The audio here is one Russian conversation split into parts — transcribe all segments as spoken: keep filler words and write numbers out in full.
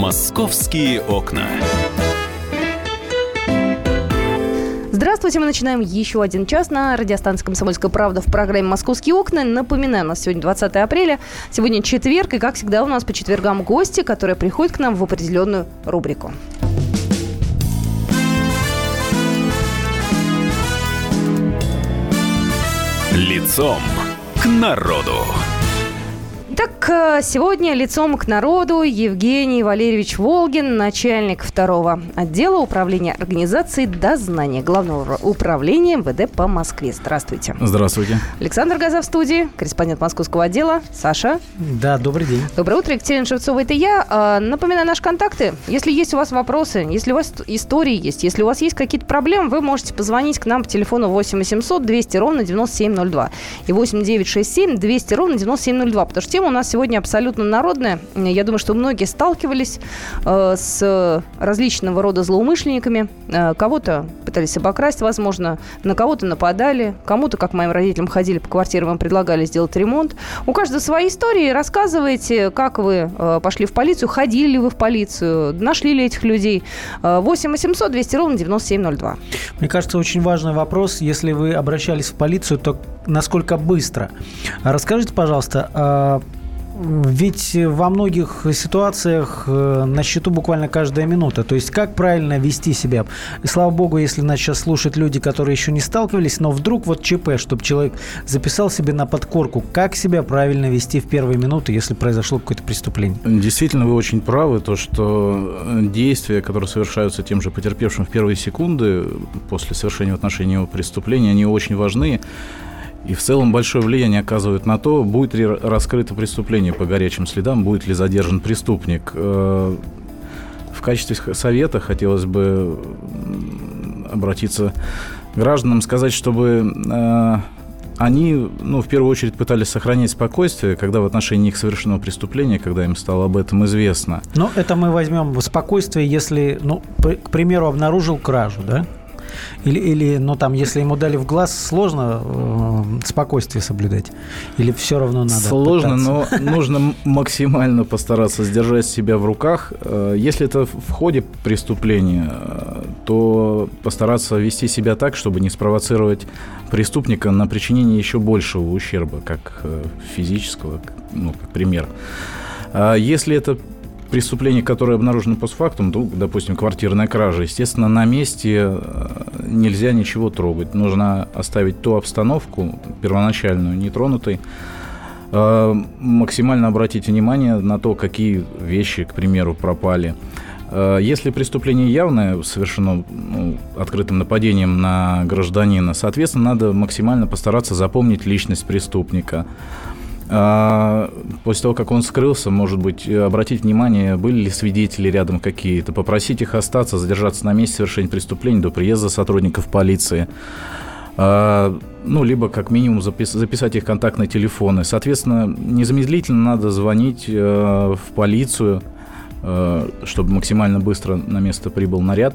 «Московские окна». Здравствуйте, мы начинаем еще один час на радиостанции «Комсомольская правда» в программе «Московские окна». Напоминаю, у нас сегодня двадцатое апреля, сегодня четверг, и, как всегда, у нас по четвергам гости, которые приходят к нам в определенную рубрику. Лицом к народу. Так, сегодня лицом к народу Евгений Валерьевич Волгин, начальник второго отдела управления организацией дознания Главного управления эм вэ дэ по Москве. Здравствуйте. Здравствуйте. Александр Газа в студии, корреспондент московского отдела. Саша. Да, добрый день. Доброе утро, Екатерина Шевцова, это я. Напоминаю наши контакты. Если есть у вас вопросы, если у вас истории есть, если у вас есть какие-то проблемы, вы можете позвонить к нам по телефону восемь восемьсот двести ровно девяносто семь ноль два и восемь девятьсот шестьдесят семь двести ровно девяносто семь ноль два, потому что тема у нас сегодня абсолютно народная. Я думаю, что многие сталкивались э, с различного рода злоумышленниками. Э, кого-то пытались обокрасть, возможно, на кого-то нападали, кому-то, как моим родителям, ходили по квартирам, им предлагали сделать ремонт. У каждого свои истории. Рассказывайте, как вы э, пошли в полицию, ходили ли вы в полицию, нашли ли этих людей. восемь восемьсот двести ровно девяносто семь ноль два. Мне кажется, очень важный вопрос. Если вы обращались в полицию, то насколько быстро? Расскажите, пожалуйста, ведь во многих ситуациях на счету буквально каждая минута. То есть как правильно вести себя? И слава богу, если нас сейчас слушают люди, которые еще не сталкивались, но вдруг вот ЧП, чтобы человек записал себе на подкорку, как себя правильно вести в первые минуты, если произошло какое-то преступление? Действительно, вы очень правы, то, что действия, которые совершаются тем же потерпевшим в первые секунды после совершения в отношении его преступления, они очень важны. И в целом большое влияние оказывает на то, будет ли раскрыто преступление по горячим следам, будет ли задержан преступник. В качестве совета хотелось бы обратиться к гражданам, сказать, чтобы они, ну, в первую очередь пытались сохранять спокойствие, когда в отношении них совершено преступление, когда им стало об этом известно. Ну, это мы возьмем в спокойствие, если, ну, к примеру, обнаружил кражу, да? Или, или, ну, там, если ему дали в глаз, сложно э, спокойствие соблюдать? Или все равно надо Сложно, пытаться? Но нужно максимально постараться сдержать себя в руках. Если это в ходе преступления, то постараться вести себя так, чтобы не спровоцировать преступника на причинение еще большего ущерба, как физического, ну, как пример. Если это преступление, которое обнаружено постфактум, то, допустим, квартирная кража, естественно, на месте нельзя ничего трогать. Нужно оставить ту обстановку первоначальную нетронутой, максимально обратить внимание на то, какие вещи, к примеру, пропали. Если преступление явное, совершено, ну, открытым нападением на гражданина, соответственно, надо максимально постараться запомнить личность преступника. После того, как он скрылся, может быть, обратить внимание, были ли свидетели рядом какие-то, попросить их остаться, задержаться на месте совершения преступления до приезда сотрудников полиции. Ну, либо, как минимум, запис- записать их контактные телефоны. Соответственно, незамедлительно надо звонить в полицию, чтобы максимально быстро на место прибыл наряд.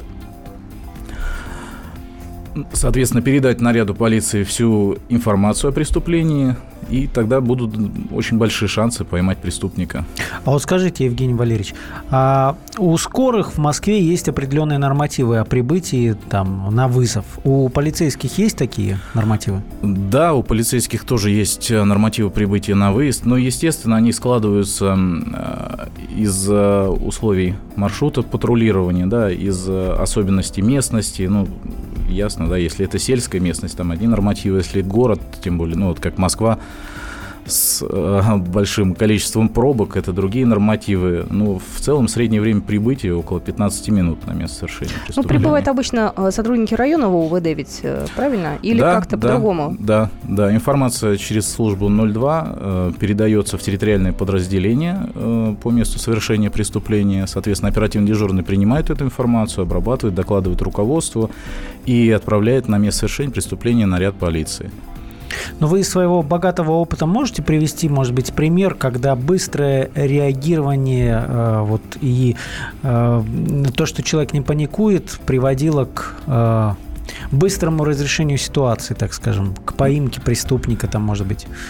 Соответственно, передать наряду полиции всю информацию о преступлении, и тогда будут очень большие шансы поймать преступника. А вот скажите, Евгений Валерьевич, а у скорых в Москве есть определенные нормативы о прибытии там, на вызов. У полицейских есть такие нормативы? Да, у полицейских тоже есть нормативы прибытия на выезд, но, естественно, они складываются из условий маршрута патрулирования, да, из особенностей местности, ну, ясно, да, если это сельская местность, там одни нормативы, если город, тем более, ну, вот как Москва, с э, большим количеством пробок, это другие нормативы. Ну, в целом, среднее время прибытия около пятнадцать минут на место совершения преступления. Ну, прибывают обычно сотрудники районного УВД ведь, правильно? Или да, как-то да, по-другому? Да, да. Информация через службу ноль два э, передается в территориальное подразделение э, по месту совершения преступления. Соответственно, оперативно дежурный принимает эту информацию, обрабатывает, докладывает руководству и отправляет на место совершения преступления наряд полиции. Но вы из своего богатого опыта можете привести, может быть, пример, когда быстрое реагирование э, вот, и э, то, что человек не паникует, приводило к э, быстрому разрешению ситуации, так скажем, к поимке преступника, там, может быть?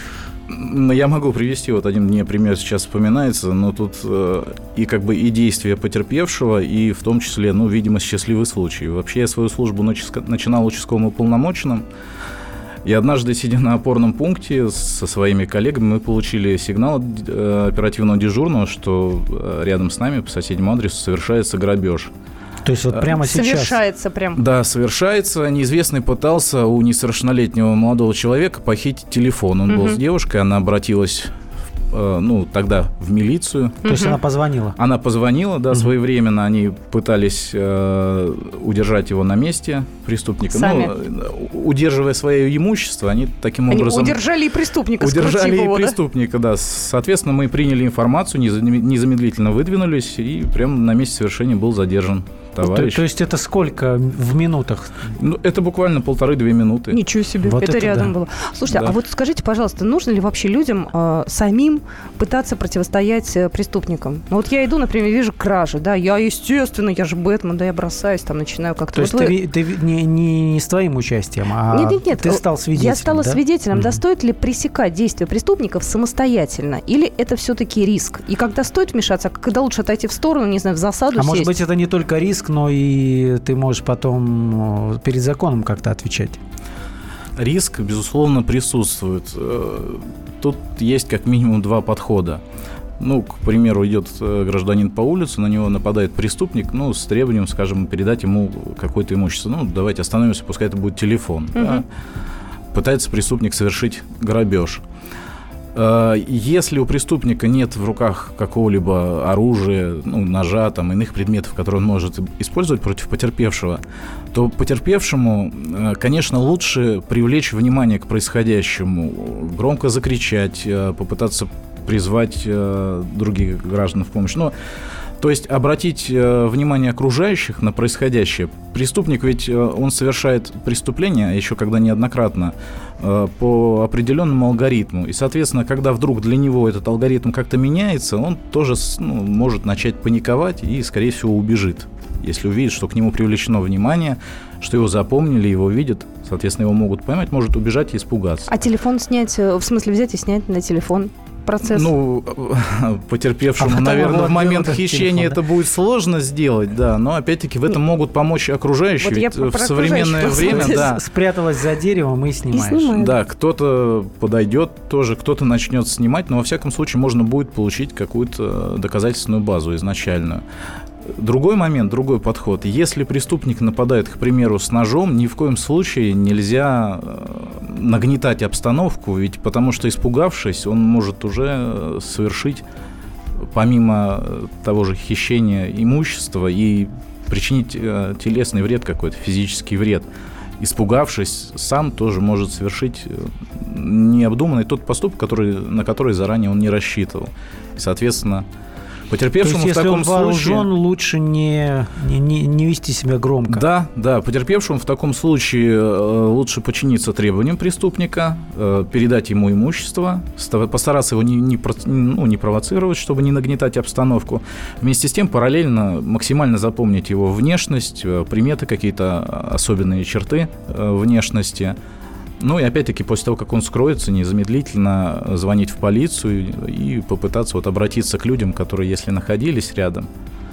Я могу привести, вот один мне пример сейчас вспоминается, но тут э, и как бы и действия потерпевшего, и в том числе, ну, видимо, счастливый случай. Вообще я свою службу начинал участковым уполномоченным, и однажды, сидя на опорном пункте со своими коллегами, мы получили сигнал э, оперативного дежурного, что рядом с нами по соседнему адресу совершается грабеж. То есть вот прямо сейчас? Совершается прям. Да, совершается. Неизвестный пытался у несовершеннолетнего молодого человека похитить телефон. Он угу. был с девушкой, она обратилась, э, ну, тогда в милицию. То есть она позвонила? Она позвонила, да, угу. своевременно. Они пытались э, удержать его на месте, преступника. Сами. Ну, удерживая свое имущество, они таким они образом... удержали и преступника, Удержали его, и преступника, да? да. Соответственно, мы приняли информацию, незамедлительно выдвинулись, и прямо на месте совершения был задержан товарищ. То, то есть это сколько в минутах? Ну, это буквально полторы-две минуты. Ничего себе, вот это, это рядом да. было. Слушайте, да. а вот скажите, пожалуйста, нужно ли вообще людям э, самим пытаться противостоять э, преступникам? Ну вот я иду, например, вижу кражу, да, я, естественно, я же Бэтмен, да, я бросаюсь, там, начинаю как-то... То есть вот ты, вы... ты не, не, не с твоим участием, а нет, нет, нет. ты стал свидетелем, Я стала да? свидетелем, Mm-hmm. да, стоит ли пресекать действия преступников самостоятельно, или это все-таки риск? И когда стоит вмешаться, а когда лучше отойти в сторону, не знаю, в засаду А сесть? может быть, это не только риск, но и ты можешь потом перед законом как-то отвечать? Риск, безусловно, присутствует. Тут есть как минимум два подхода. Ну, к примеру, идет гражданин по улице, на него нападает преступник, ну, с требованием, скажем, передать ему какое-то имущество. Ну, давайте остановимся, пускай это будет телефон. Угу. Да? Пытается преступник совершить грабеж. Если у преступника нет в руках какого-либо оружия, ну, ножа, там, иных предметов, которые он может использовать против потерпевшего, то потерпевшему, конечно, лучше привлечь внимание к происходящему, громко закричать, попытаться призвать других граждан в помощь. Но, то есть обратить внимание окружающих на происходящее. Преступник ведь он совершает преступление, еще когда неоднократно, по определенному алгоритму. И, соответственно, когда вдруг для него этот алгоритм как-то меняется, он тоже, ну, может начать паниковать и, скорее всего, убежит. Если увидит, что к нему привлечено внимание, что его запомнили, его видят, соответственно, его могут поймать, может убежать и испугаться. А телефон снять, в смысле взять и снять на телефон? Процесс. Ну, потерпевшему, а наверное, в момент хищения это будет сложно сделать, да, но, опять-таки, в этом могут помочь окружающие. Вот ведь в современное время, да. Спряталась за деревом и снимаешь. И снимаю. Да, кто-то подойдет тоже, кто-то начнет снимать, но, во всяком случае, можно будет получить какую-то доказательственную базу изначальную. Другой момент, другой подход. Если преступник нападает, к примеру, с ножом, ни в коем случае нельзя нагнетать обстановку, ведь потому что, испугавшись, он может уже совершить, помимо того же хищения имущества, и причинить телесный вред какой-то, физический вред. Испугавшись, сам тоже может совершить необдуманный тот поступок, который, на который заранее он не рассчитывал. И, соответственно, потерпевшему То есть, в таком если он вооружен, случае... лучше не, не, не вести себя громко. Да, да, потерпевшему в таком случае э, лучше подчиниться требованиям преступника, э, передать ему имущество, постараться его не, не, ну, не провоцировать, чтобы не нагнетать обстановку. Вместе с тем параллельно максимально запомнить его внешность, э, приметы, какие-то особенные черты э, внешности. Ну и опять-таки после того, как он скроется, незамедлительно звонить в полицию и попытаться вот обратиться к людям, которые, если находились рядом,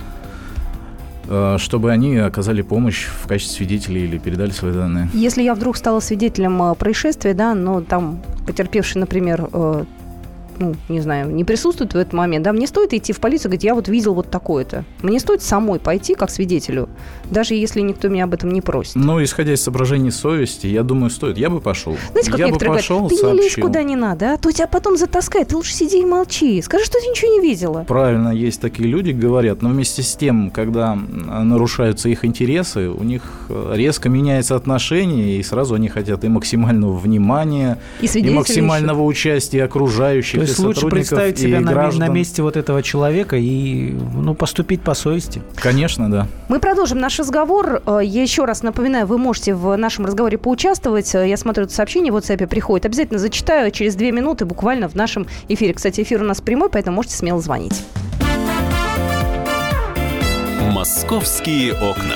чтобы они оказали помощь в качестве свидетелей или передали свои данные. Если я вдруг стала свидетелем происшествия, да, но там потерпевший, например, ну, не знаю, не присутствует в этот момент, да, мне стоит идти в полицию и говорить, я вот видел вот такое-то. Мне стоит самой пойти как свидетелю, даже если никто меня об этом не просит. Ну, исходя из соображений совести, я думаю, стоит. Я бы пошел. Знаете, как я некоторые бы пошел, говорят, ты сообщил. не лезь куда не надо, а то тебя потом затаскает, ты лучше сиди и молчи. Скажи, что ты ничего не видела. Правильно, есть такие люди, говорят, но вместе с тем, когда нарушаются их интересы, у них резко меняется отношение, и сразу они хотят и максимального внимания, и, и максимального ищут. участия окружающих, то есть и лучше представить себя на, на месте вот этого человека и, ну, поступить по совести. Конечно, да. Мы продолжим наш разговор. Я еще раз напоминаю, вы можете в нашем разговоре поучаствовать. Я смотрю, это сообщение в WhatsApp приходит. Обязательно зачитаю через две минуты буквально в нашем эфире. Кстати, эфир у нас прямой, поэтому можете смело звонить. «Московские окна».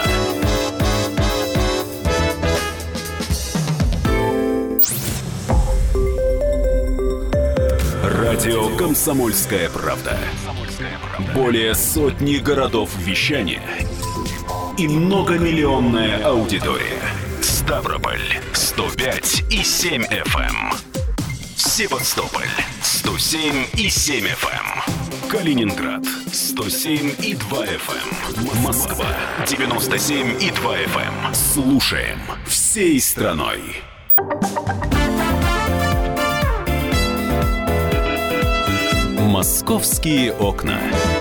Радио «Комсомольская правда». Более сотни городов вещания и многомиллионная аудитория. Ставрополь сто пять и семь эф эм. Севастополь сто семь и семь эф эм. Калининград сто семь и два эф эм. Москва девяносто семь и два эф эм. Слушаем всей страной. Московские окна.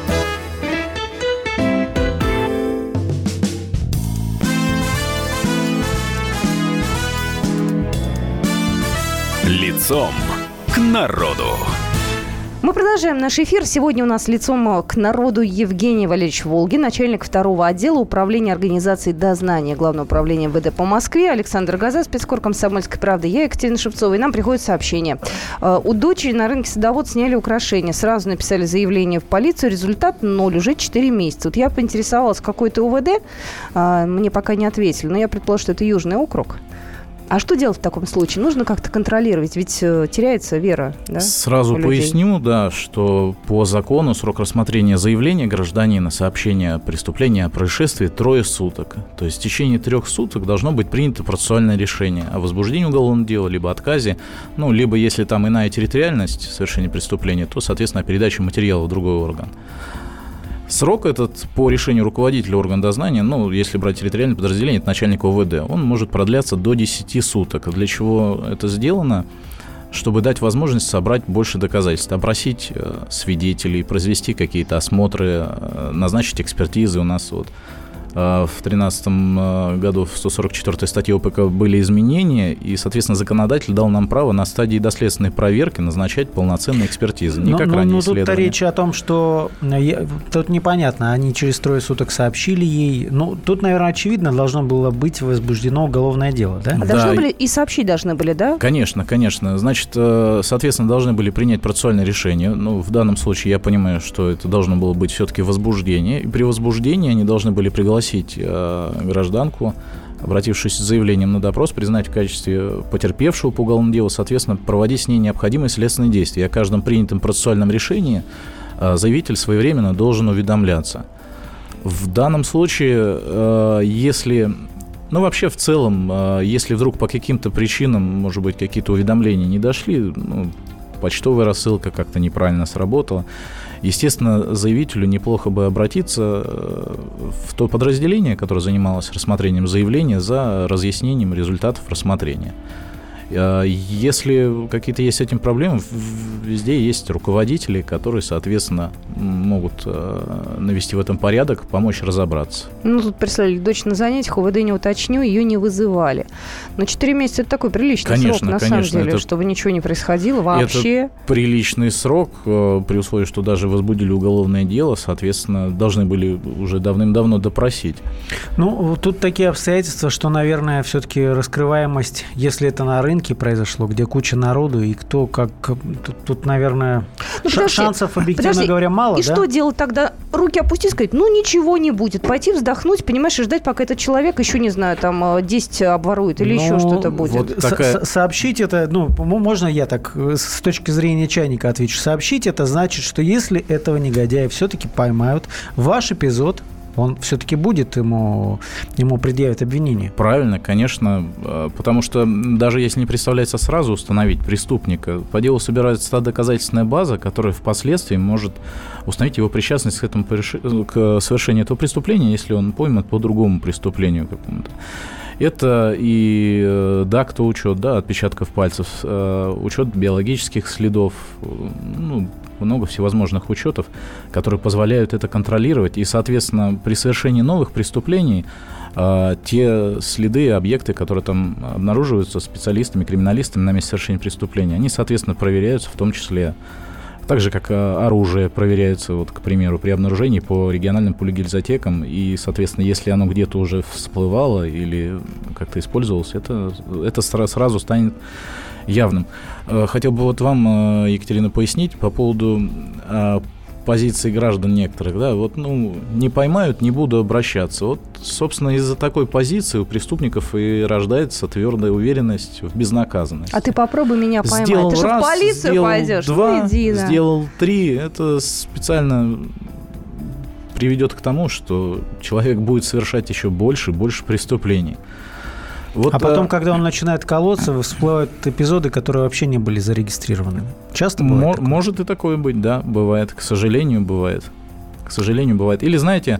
Лицом к народу. Мы продолжаем наш эфир. Сегодня у нас лицом к народу Евгений Валерьевич Волгин, начальник второго отдела управления организации дознания Главного управления эм вэ дэ по Москве, Александр Газа, спецкор «Комсомольской правды», я, Екатерина Шевцова. И нам приходит сообщение. У дочери на рынке Садовод сняли украшения. Сразу написали заявление в полицию. Результат ноль, уже четыре месяца. Вот я поинтересовалась, какой-то у вэ дэ. Мне пока не ответили, но я предположу, что это Южный округ. А что делать в таком случае? Нужно как-то контролировать, ведь э, теряется вера, да? Сразу поясню, да, что по закону срок рассмотрения заявления гражданина, сообщения о преступлении, о происшествии трое суток. То есть в течение трех суток должно быть принято процессуальное решение о возбуждении уголовного дела, либо отказе, ну, либо если там иная территориальность совершения преступления, то, соответственно, о передаче материала в другой орган. Срок этот по решению руководителя органа дознания, ну, если брать территориальное подразделение, это начальник о вэ дэ, он может продляться до десяти суток. Для чего это сделано? Чтобы дать возможность собрать больше доказательств, опросить свидетелей, произвести какие-то осмотры, назначить экспертизы. У нас вот в две тысячи тринадцатом году в сто сорок четвёртой статье о пэ ка были изменения, и, соответственно, законодатель дал нам право на стадии доследственной проверки назначать полноценные экспертизы, не но, как но, ранее исследования. Но тут речь о том, что я, тут непонятно, они через трое суток сообщили ей. Ну, тут, наверное, очевидно, должно было быть возбуждено уголовное дело, да? А да. должны были и сообщить должны были, да? Конечно, конечно. Значит, соответственно, должны были принять процессуальное решение. Ну, в данном случае я понимаю, что это должно было быть все-таки возбуждение. И при возбуждении они должны были пригласить гражданку, обратившись с заявлением на допрос, признать в качестве потерпевшего по уголовному делу, соответственно, проводить с ней необходимые следственные действия. О каждом принятом процессуальном решении заявитель своевременно должен уведомляться. В данном случае, если... Ну, вообще, в целом, если вдруг по каким-то причинам, может быть, какие-то уведомления не дошли, ну, почтовая рассылка как-то неправильно сработала, естественно, заявителю неплохо бы обратиться в то подразделение, которое занималось рассмотрением заявления, за разъяснением результатов рассмотрения. Если какие-то есть с этим проблемы, везде есть руководители, которые, соответственно, могут навести в этом порядок, помочь разобраться. Ну, тут прислали дочь на занятиях, о вэ дэ не уточню, ее не вызывали. Но четыре месяца – это такой приличный конечно, срок, на конечно, самом деле, чтобы ничего не происходило вообще. Это приличный срок, при условии, что даже возбудили уголовное дело, соответственно, должны были уже давным-давно допросить. Ну, тут такие обстоятельства, что, наверное, все-таки раскрываемость, если это на рынке произошло, где куча народу, и кто как... Тут, тут наверное, ну, ш- шансов, объективно подожди, говоря, мало, и да? что делать тогда? Руки опустить, сказать, ну, ничего не будет. Пойти вздохнуть, понимаешь, и ждать, пока этот человек еще, не знаю, там, десять обворует или ну, еще что-то будет. Вот такая... Сообщить это, ну, можно я так с точки зрения чайника отвечу? Сообщить это значит, что если этого негодяя все-таки поймают, ваш эпизод... он все-таки будет, ему, ему предъявят обвинение. Правильно, конечно, потому что даже если не представляется сразу установить преступника, по делу собирается та доказательственная база, которая впоследствии может установить его причастность к, этому, к совершению этого преступления, если он пойман по другому преступлению какому-то. Это и дактоучет, да, отпечатков пальцев, учет биологических следов, ну, много всевозможных учетов, которые позволяют это контролировать. И, соответственно, при совершении новых преступлений э, те следы, объекты, которые там обнаруживаются специалистами, криминалистами на месте совершения преступления, они, соответственно, проверяются, в том числе так же, как оружие проверяется, вот, к примеру, при обнаружении по региональным полигильзотекам. И, соответственно, если оно где-то уже всплывало или как-то использовалось, это, это сразу станет явным. Хотел бы вот вам, Екатерина, пояснить по поводу позиции граждан некоторых, да, вот, ну, не поймают, не буду обращаться. Вот, собственно, из-за такой позиции у преступников и рождается твердая уверенность в безнаказанности. А ты попробуй меня поймать. Сделал ты же раз, в полицию сделал пойдешь. два, ну, иди, да. сделал три. Это специально приведет к тому, что человек будет совершать еще больше и больше преступлений. Вот, а потом, а... когда он начинает колоться, всплывают эпизоды, которые вообще не были зарегистрированы. Часто бывает Мо- такое? Может и такое быть, да, бывает. К сожалению, бывает. К сожалению, бывает. Или, знаете,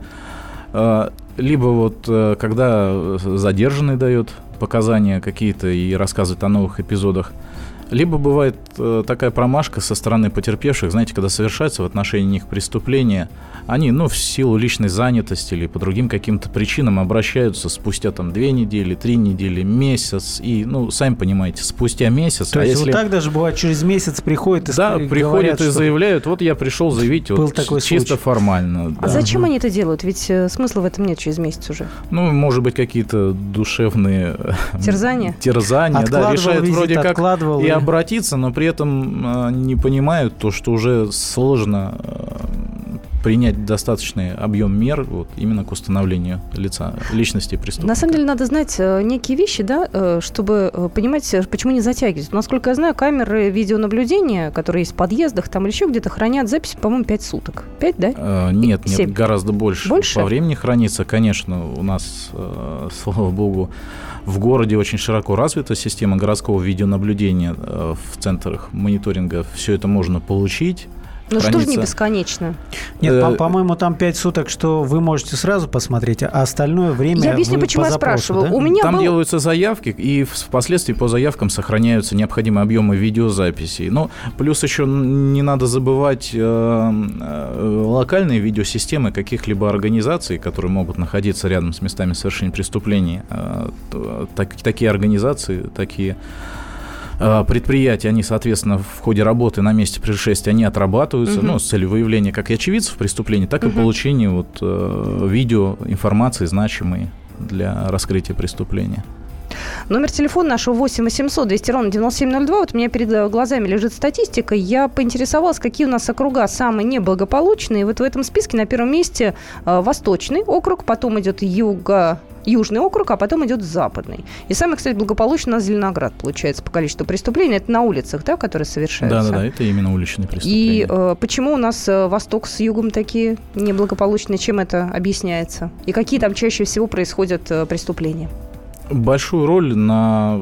либо вот когда задержанный дает показания какие-то и рассказывает о новых эпизодах, либо бывает такая промашка со стороны потерпевших, знаете, когда совершается в отношении них преступление, они, ну, в силу личной занятости или по другим каким-то причинам обращаются спустя там две недели, три недели, месяц, и, ну, сами понимаете, спустя месяц. То а есть если... вот так даже бывает, через месяц приходят и Да, говорят, приходят и что заявляют, вот я пришел заявить был вот такой чисто случай. формально. А да. зачем Мгм. они это делают? Ведь э, смысла в этом нет через месяц уже. Ну, может быть, какие-то душевные Терзания? терзания, да, Откладывал решают визит, вроде как откладывал и и- обратиться, но при этом э, не понимают то, что уже сложно э, принять достаточный объем мер вот, именно к установлению лица, личности преступника. На самом деле надо знать э, некие вещи, да, э, чтобы э, понимать, э, почему не затягивать. Насколько я знаю, камеры видеонаблюдения, которые есть в подъездах, там или еще где-то хранят запись, по-моему, пять суток. пять, да? Э, нет, нет, Семь. гораздо больше. Больше? По времени хранится, конечно, у нас, э, слава богу, в городе очень широко развита система городского видеонаблюдения э, в центрах мониторинга. Все это можно получить. Ну что ж хранится. не бесконечно? Нет, Э, по- по-моему, там пять суток, что вы можете сразу посмотреть, а остальное время Я объясню, вы почему по я запросу, спрашиваю. да? У меня Там был... делаются заявки, и впоследствии по заявкам сохраняются необходимые объемы видеозаписей. Но плюс еще не надо забывать э, э, локальные видеосистемы каких-либо организаций, которые могут находиться рядом с местами совершения преступлений. Э, так, такие организации, такие предприятия, они, соответственно, в ходе работы на месте происшествия, они отрабатываются, Мгм. ну, с целью выявления как и очевидцев преступления, так и Мгм. получения вот, э, видео, информации, значимой для раскрытия преступления. Номер телефона нашего восемь восемьсот двести ровно девяносто семь ноль два. Вот у меня перед глазами лежит статистика. Я поинтересовалась, какие у нас округа самые неблагополучные. Вот в этом списке на первом месте э, Восточный округ, потом идет Юго... Южный округ, а потом идет Западный. И самый, кстати, благополучный у нас Зеленоград, получается, по количеству преступлений. Это на улицах, да, которые совершаются. Да-да-да, это именно уличные преступления. И э, почему у нас э, Восток с Югом такие неблагополучные? Чем это объясняется? И какие там чаще всего происходят э, преступления? Большую роль на,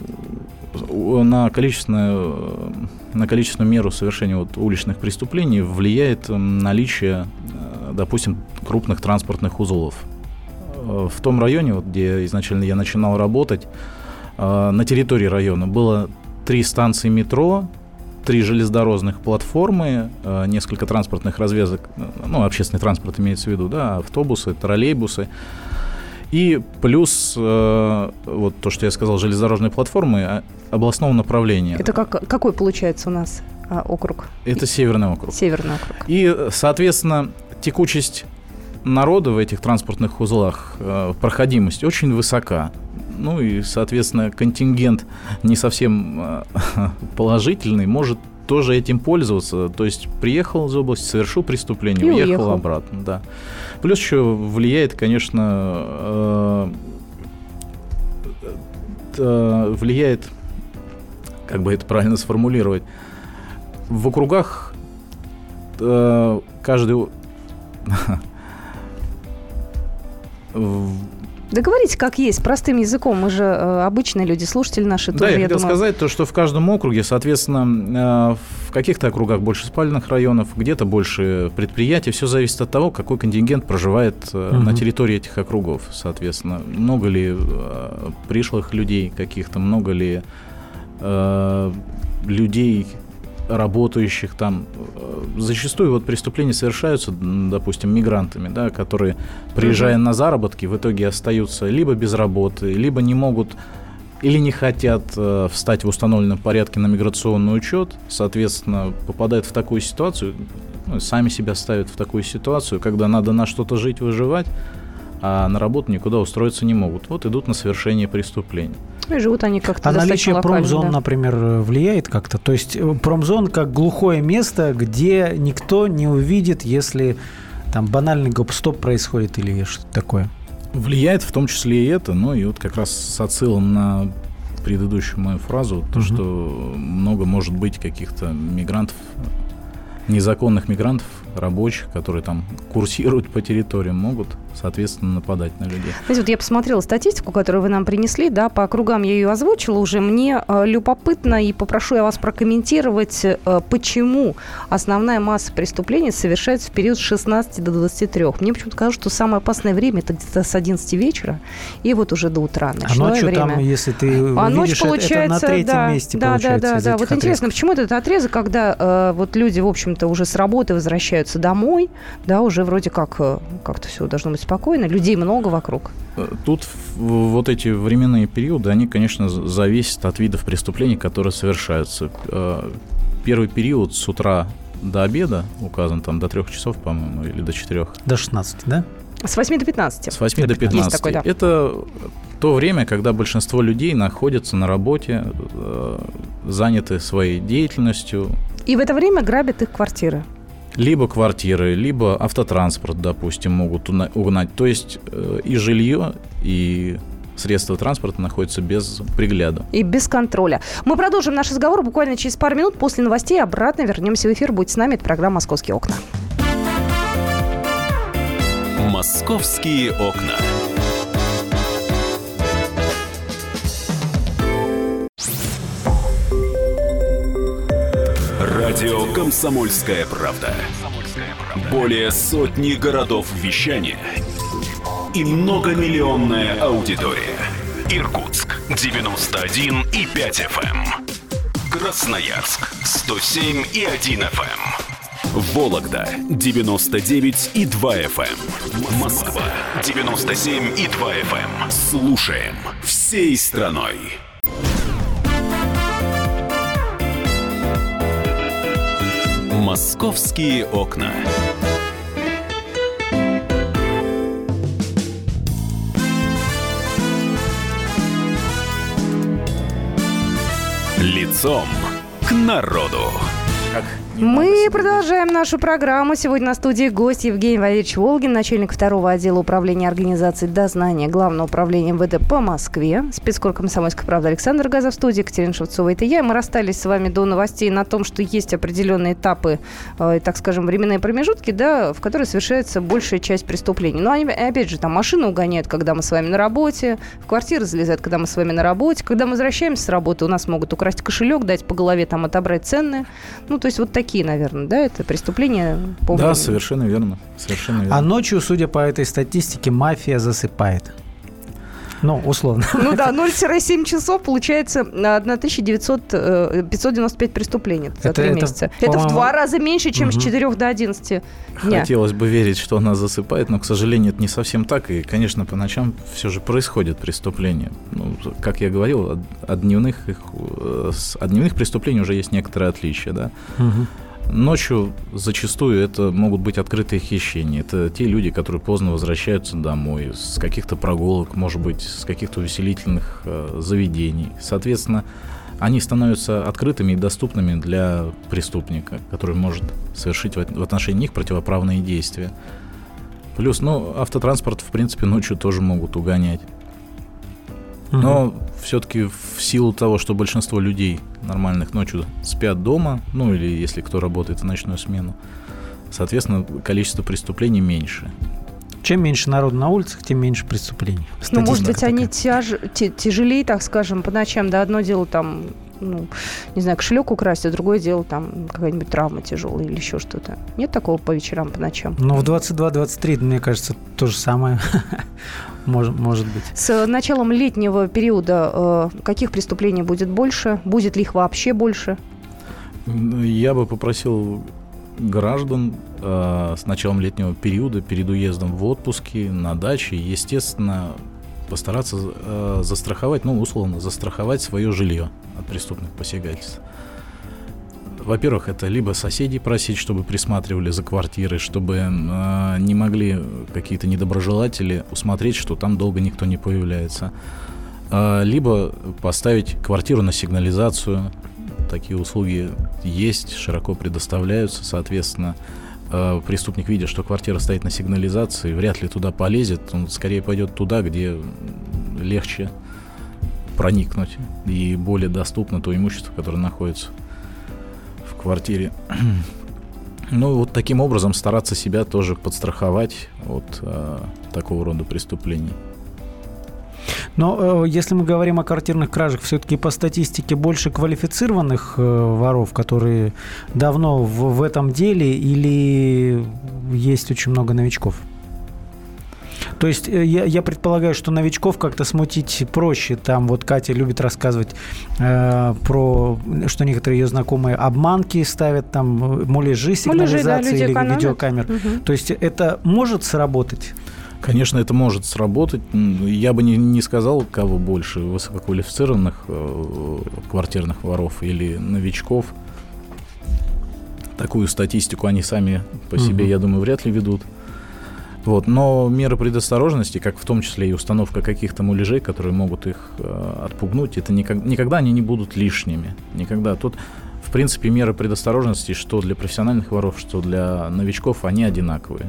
на, количественную, на количественную меру совершения вот уличных преступлений влияет наличие, допустим, крупных транспортных узлов. В том районе, вот, где изначально я начинал работать, на территории района было три станции метро, три железнодорожных платформы, несколько транспортных развязок, ну, общественный транспорт имеется в виду, да, автобусы, троллейбусы. И плюс, э, вот то, что я сказал, железнодорожные платформы областного направления. Это как, какой получается у нас а, округ? Это Северный округ. Северный округ. И, соответственно, текучесть народа в этих транспортных узлах, э, проходимость очень высока. Ну и, соответственно, контингент не совсем э, положительный может тоже этим пользоваться. То есть приехал из области, совершил преступление, И уехал, уехал. обратно. Да. Плюс еще влияет, конечно, э, э, влияет, как бы это правильно сформулировать, в округах э, каждый... Да говорите, как есть, простым языком. Мы же э, обычные люди, слушатели наши Да, тоже, я я хотел думаю. сказать то, что в каждом округе, соответственно, в каких-то округах больше спальных районов, где-то больше предприятий. Все зависит от того, какой контингент проживает uh-huh. на территории этих округов. Соответственно, много ли пришлых людей каких-то, много ли э, людей, работающих там. Зачастую вот преступления совершаются, допустим, мигрантами, да, которые, приезжая uh-huh. на заработки, в итоге остаются либо без работы, либо не могут или не хотят э, встать в установленном порядке на миграционный учет, соответственно, попадают в такую ситуацию, ну, сами себя ставят в такую ситуацию, когда надо на что-то жить, выживать, а на работу никуда устроиться не могут. Вот идут на совершение преступлений. И живут они как-то а достаточно наличие локально, промзон, да. например, влияет как-то? То есть промзон как глухое место, где никто не увидит, если там банальный гоп-стоп происходит или что-то такое? Влияет в том числе и это, ну и вот как раз с отсылом на предыдущую мою фразу, то, угу. что много может быть каких-то мигрантов, незаконных мигрантов, рабочих, которые там курсируют по территориям, могут, соответственно, нападать на людей. Знаете, вот я посмотрела статистику, которую вы нам принесли, да, по округам я ее озвучила уже. Мне э, любопытно, и попрошу я вас прокомментировать, э, почему основная масса преступлений совершается в период с шестнадцати до двадцати трёх. Мне почему-то кажется, что самое опасное время это где-то с одиннадцати вечера и вот уже до утра, ночное а ночью время. Там, если ты а увидишь, ночь, получается, это на третьем да, месте да, получается. Да, да, да. Вот отрезков. интересно, почему этот отрезок, когда э, вот люди, в общем-то, уже с работы возвращаются домой, да, уже вроде как как-то все должно быть спокойно, людей много вокруг. Тут вот эти временные периоды, они, конечно, зависят от видов преступлений, которые совершаются. Первый период с утра до обеда указан, там до трех часов, по-моему, или до четырех. До шестнадцати, да? С восьми до пятнадцати. С восьми до пятнадцати. Есть такой, да. Это то время, когда большинство людей находятся на работе, заняты своей деятельностью. И в это время грабят их квартиры. Либо квартиры, либо автотранспорт, допустим, могут угнать. То есть э, и жилье, и средства транспорта находятся без пригляда. И без контроля. Мы продолжим наш разговор буквально через пару минут. После новостей обратно вернемся в эфир. Будьте с нами. Это программа «Московские окна». «Московские окна». Радио «Комсомольская правда». Более сотни городов вещания и многомиллионная аудитория. Иркутск девяносто один и пять эф эм, Красноярск сто семь и один эф эм, Вологда девяносто девять и два эф эм, Москва девяносто семь и два эф эм. Слушаем всей страной. «Московские окна». Лицом к народу. Мы продолжаем нашу программу. Сегодня на студии гость Евгений Валерьевич Волгин, начальник второго отдела управления организации дознания Главного управления эм вэ дэ по Москве. Спецкор «Комсомольская правда» Александр Газов в студии, Екатерина Шевцова. Это я. Мы расстались с вами до новостей на том, что есть определенные этапы, э, так скажем, временные промежутки, да, в которые совершается большая часть преступлений. Но они, опять же, там машину угоняют, когда мы с вами на работе, в квартиры залезают, когда мы с вами на работе. Когда мы возвращаемся с работы, у нас могут украсть кошелек, дать по голове, там, отобрать ценные. Ну, то есть вот такие Такие, наверное, да, это преступления по Да, совершенно верно. Совершенно верно. А ночью, судя по этой статистике, мафия засыпает. Ну, условно. Ну да, ноль семь часов получается тысяча девятьсот, пятьсот девяносто пять преступлений за три месяца. Это в два раза меньше, чем с четырёх до одиннадцати дня. Хотелось бы верить, что она засыпает, но, к сожалению, это не совсем так. И, конечно, по ночам все же происходят преступления. Ну, как я говорил, от, от, дневных, их, от дневных преступлений уже есть некоторые отличия, да. Угу. Ночью зачастую это могут быть открытые хищения. Это те люди, которые поздно возвращаются домой с каких-то прогулок, может быть, с каких-то увеселительных э, заведений. Соответственно, они становятся открытыми и доступными для преступника, который может совершить в отношении них противоправные действия. Плюс, ну, автотранспорт, в принципе, ночью тоже могут угонять. Но угу. все-таки в силу того, что большинство людей нормальных ночью спят дома, ну или если кто работает в ночную смену, соответственно, количество преступлений меньше. Чем меньше народу на улицах, тем меньше преступлений. Ну, может быть, такая. Они тяж... тяжелее, так скажем, по ночам. Да, одно дело там, ну, не знаю, кошелек украсть, а другое дело там какая-нибудь травма тяжелая или еще что-то. Нет такого по вечерам, по ночам? Ну, в двадцать два двадцать три, мне кажется, то же самое. Может, может быть. С началом летнего периода э, каких преступлений будет больше? Будет ли их вообще больше? Я бы попросил граждан э, с началом летнего периода, перед уездом в отпуске, на даче, естественно, постараться э, застраховать, ну, условно, застраховать свое жилье от преступных посягательств. Во-первых, это либо соседей просить, чтобы присматривали за квартирой, чтобы э, не могли какие-то недоброжелатели усмотреть, что там долго никто не появляется. либо поставить квартиру на сигнализацию. Такие услуги есть, широко предоставляются, соответственно, преступник, видя, что квартира стоит на сигнализации, вряд ли туда полезет, он скорее пойдет туда, где легче проникнуть и более доступно то имущество, которое находится в квартире. Ну, вот таким образом стараться себя тоже подстраховать от э, такого рода преступлений. Но э, если мы говорим о квартирных кражах, все-таки по статистике больше квалифицированных э, воров, которые давно в, в этом деле, или есть очень много новичков? То есть я, я предполагаю, что новичков как-то смутить проще. Там вот Катя любит рассказывать э, про, что некоторые ее знакомые обманки ставят, там муляжи, сигнализации да, или видеокамер. Угу. То есть это может сработать? Конечно, это может сработать. Я бы не, не сказал, кого больше, высококвалифицированных э, квартирных воров или новичков. Такую статистику они сами по себе, угу. я думаю, вряд ли ведут. Вот. Но меры предосторожности, как в том числе и установка каких-то муляжей, которые могут их э, отпугнуть, это никак, никогда они не будут лишними. Никогда. Тут, в принципе, меры предосторожности, что для профессиональных воров, что для новичков, они одинаковые.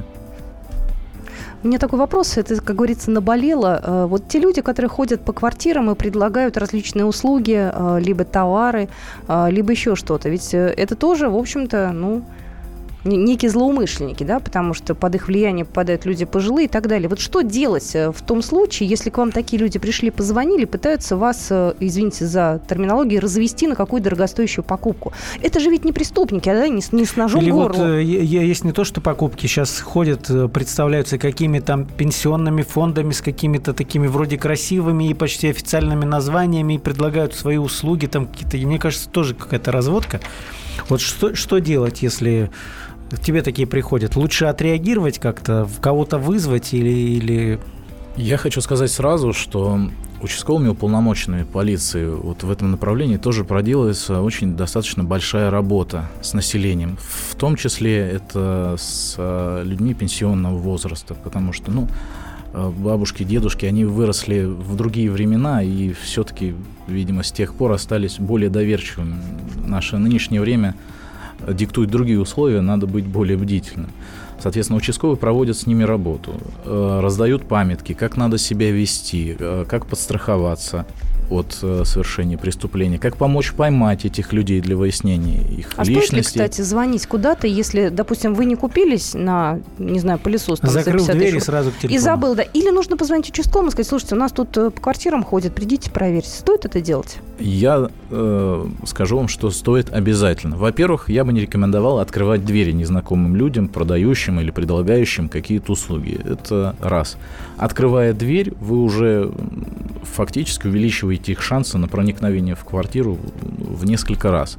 У меня такой вопрос, это, как говорится, наболело. Вот те люди, которые ходят по квартирам и предлагают различные услуги, либо товары, либо еще что-то, ведь это тоже, в общем-то, ну... некие злоумышленники, да, потому что под их влияние попадают люди пожилые и так далее. Вот что делать в том случае, если к вам такие люди пришли, позвонили, пытаются вас, извините за терминологию, развести на какую-то дорогостоящую покупку? Это же ведь не преступники, а да, не, не с ножом в горло. Вот есть не то, что покупки. Сейчас ходят, представляются какими-то там пенсионными фондами с какими-то такими вроде красивыми и почти официальными названиями и предлагают свои услуги там какие-то. И мне кажется, тоже какая-то разводка. Вот что, что делать, если... к тебе такие приходят? Лучше отреагировать как-то, кого-то вызвать или, или... Я хочу сказать сразу, что участковыми уполномоченными полиции вот в этом направлении тоже проделывается очень достаточно большая работа с населением. В том числе это с людьми пенсионного возраста, потому что, ну, бабушки, дедушки, они выросли в другие времена и все-таки, видимо, с тех пор остались более доверчивыми. Наше нынешнее время диктуют другие условия, надо быть более бдительным. Соответственно, участковые проводят с ними работу, раздают памятки, как надо себя вести, как подстраховаться от совершения преступления, как помочь поймать этих людей для выяснения их а личности. А стоит ли, кстати, звонить куда-то, если, допустим, вы не купились на, не знаю, пылесос? Там, закрыл дверь и сразу к телефону. И забыл, да. Или нужно позвонить участковому и сказать: слушайте, у нас тут по квартирам ходят, придите, проверьте. Стоит это делать? Я э, скажу вам, что стоит обязательно. Во-первых, я бы не рекомендовал открывать двери незнакомым людям, продающим или предлагающим какие-то услуги. Это раз. Открывая дверь, вы уже фактически увеличиваете их шансы на проникновение в квартиру в несколько раз.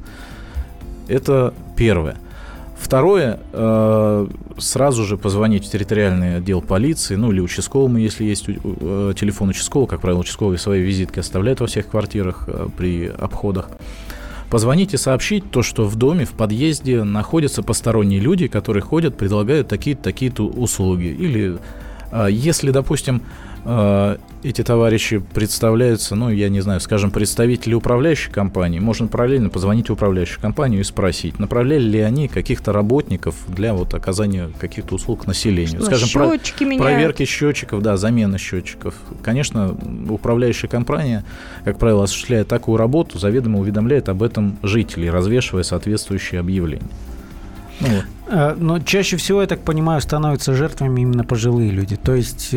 Это первое. Второе, э, сразу же позвонить в территориальный отдел полиции, ну или участковому, если есть э, телефон участкового, как правило, участковые свои визитки оставляют во всех квартирах э, при обходах. Позвонить и сообщить то, что в доме, в подъезде находятся посторонние люди, которые ходят, предлагают такие-то, такие-то услуги. Или э, если, допустим, э, эти товарищи представляются, ну, я не знаю, скажем, представители управляющей компании, можно параллельно позвонить в управляющую компанию и спросить, направляли ли они каких-то работников для вот оказания каких-то услуг населению. Что, скажем, счетчики про- меняют? проверки счетчиков, да, замена счетчиков. Конечно, управляющая компания, как правило, осуществляя такую работу, заведомо уведомляет об этом жителей, развешивая соответствующие объявления. Ну, вот. Но чаще всего, я так понимаю, становятся жертвами именно пожилые люди. То есть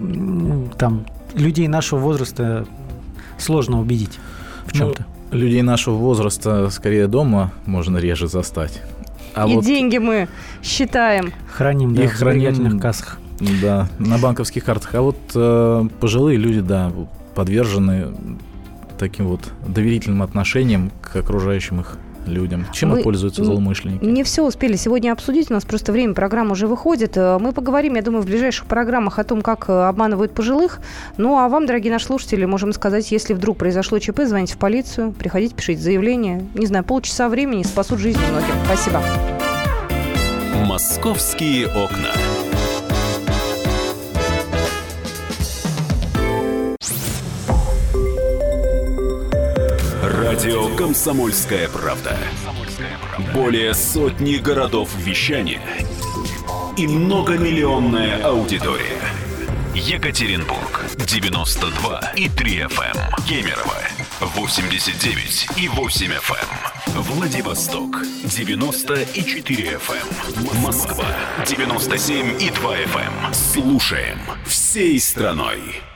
там людей нашего возраста сложно убедить в чем-то. Ну, людей нашего возраста скорее дома можно реже застать. А и вот деньги мы считаем. Храним, да, их в сберегательных кассах. Да, на банковских картах. А вот э, пожилые люди, да, подвержены таким вот доверительным отношениям к окружающим их людям. Чем мы, пользуются злоумышленники? Не все успели сегодня обсудить, у нас просто время программы уже выходит. Мы поговорим, я думаю, в ближайших программах о том, как обманывают пожилых. Ну, а вам, дорогие наши слушатели, можем сказать, если вдруг произошло ЧП, звоните в полицию, приходите, пишите заявление. Не знаю, полчаса времени спасут жизнь многим. Спасибо. «Московские окна». Радио «Комсомольская правда». Более сотни городов вещания и многомиллионная аудитория. Екатеринбург девяносто два и три эф эм, Кемерово восемьдесят девять и восемь эф эм, Владивосток девяносто и четыре эф эм, Москва девяносто семь и два эф эм. Слушаем всей страной.